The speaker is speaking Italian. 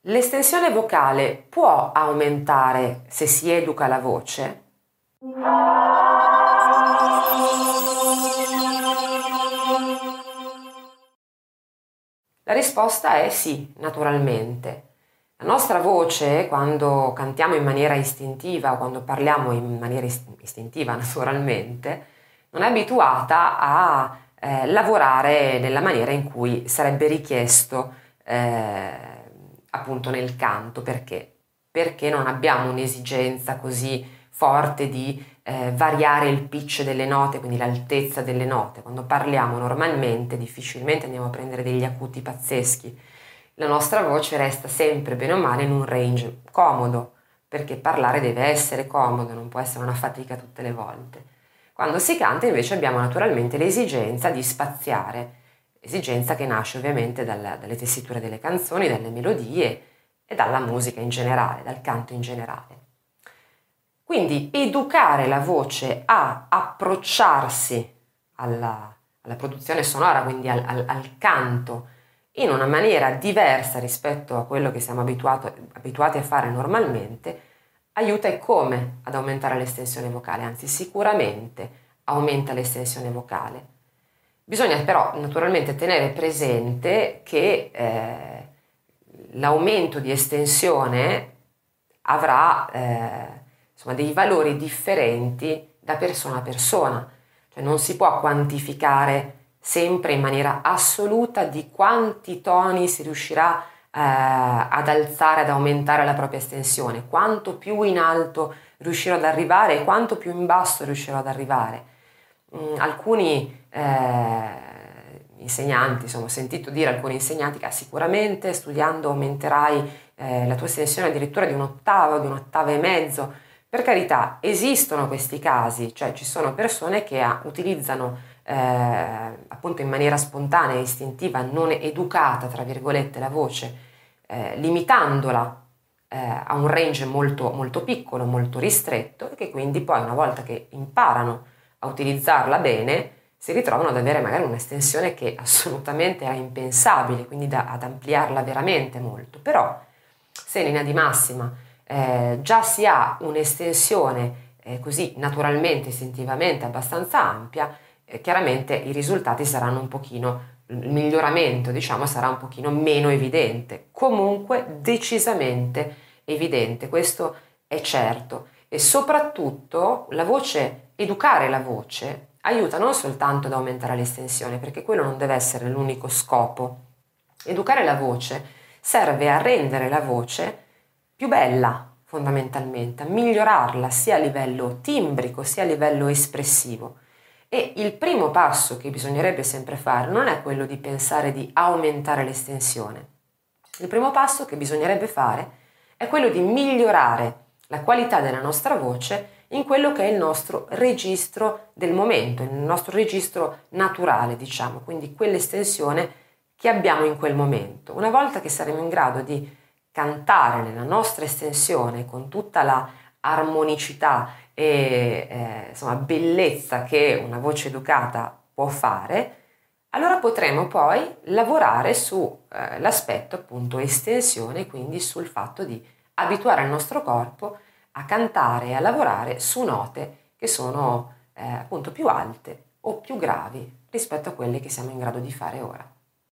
L'estensione vocale può aumentare se si educa la voce? La risposta è sì, naturalmente. La nostra voce, quando cantiamo in maniera istintiva o quando parliamo in maniera istintiva, naturalmente, non è abituata a lavorare nella maniera in cui sarebbe richiesto appunto nel canto. Perché? Perché non abbiamo un'esigenza così forte di variare il pitch delle note, quindi l'altezza delle note. Quando parliamo normalmente difficilmente andiamo a prendere degli acuti pazzeschi. La nostra voce resta sempre bene o male in un range comodo, perché parlare deve essere comodo, non può essere una fatica tutte le volte. Quando si canta invece abbiamo naturalmente l'esigenza di spaziare, esigenza che nasce ovviamente dalle tessiture delle canzoni, dalle melodie e dalla musica in generale, dal canto in generale. Quindi educare la voce a approcciarsi alla produzione sonora, quindi al canto, in una maniera diversa rispetto a quello che siamo abituati a fare normalmente, aiuta e come ad aumentare l'estensione vocale, anzi sicuramente aumenta l'estensione vocale. Bisogna però naturalmente tenere presente che l'aumento di estensione avrà insomma, dei valori differenti da persona a persona, cioè non si può quantificare sempre in maniera assoluta di quanti toni si riuscirà ad alzare, ad aumentare la propria estensione, quanto più in alto riuscirò ad arrivare e quanto più in basso riuscirò ad arrivare. Alcuni insegnanti, insomma, ho sentito dire alcuni insegnanti che sicuramente studiando aumenterai la tua estensione addirittura di un'ottava e mezzo. Per carità, esistono questi casi, cioè ci sono persone che utilizzano appunto in maniera spontanea e istintiva, non educata, tra virgolette, la voce, limitandola a un range molto, molto piccolo, molto ristretto, e che quindi poi una volta che imparano a utilizzarla bene si ritrovano ad avere magari un'estensione che assolutamente era impensabile, quindi ad ampliarla veramente molto. Però se in linea di massima già si ha un'estensione così naturalmente, istintivamente abbastanza ampia, chiaramente i risultati saranno un pochino, il miglioramento diciamo sarà un pochino meno evidente, comunque decisamente evidente, questo è certo. E soprattutto educare la voce aiuta non soltanto ad aumentare l'estensione, perché quello non deve essere l'unico scopo. Educare la voce serve a rendere la voce più bella, fondamentalmente, a migliorarla sia a livello timbrico sia a livello espressivo. E il primo passo che bisognerebbe sempre fare non è quello di pensare di aumentare l'estensione. Il primo passo che bisognerebbe fare è quello di migliorare la qualità della nostra voce in quello che è il nostro registro del momento, il nostro registro naturale, diciamo, quindi quell'estensione che abbiamo in quel momento. Una volta che saremo in grado di cantare nella nostra estensione con tutta la armonicità e insomma bellezza che una voce educata può fare, allora potremo poi lavorare su l'aspetto appunto estensione, quindi sul fatto di abituare il nostro corpo a cantare e a lavorare su note che sono appunto più alte o più gravi rispetto a quelle che siamo in grado di fare ora.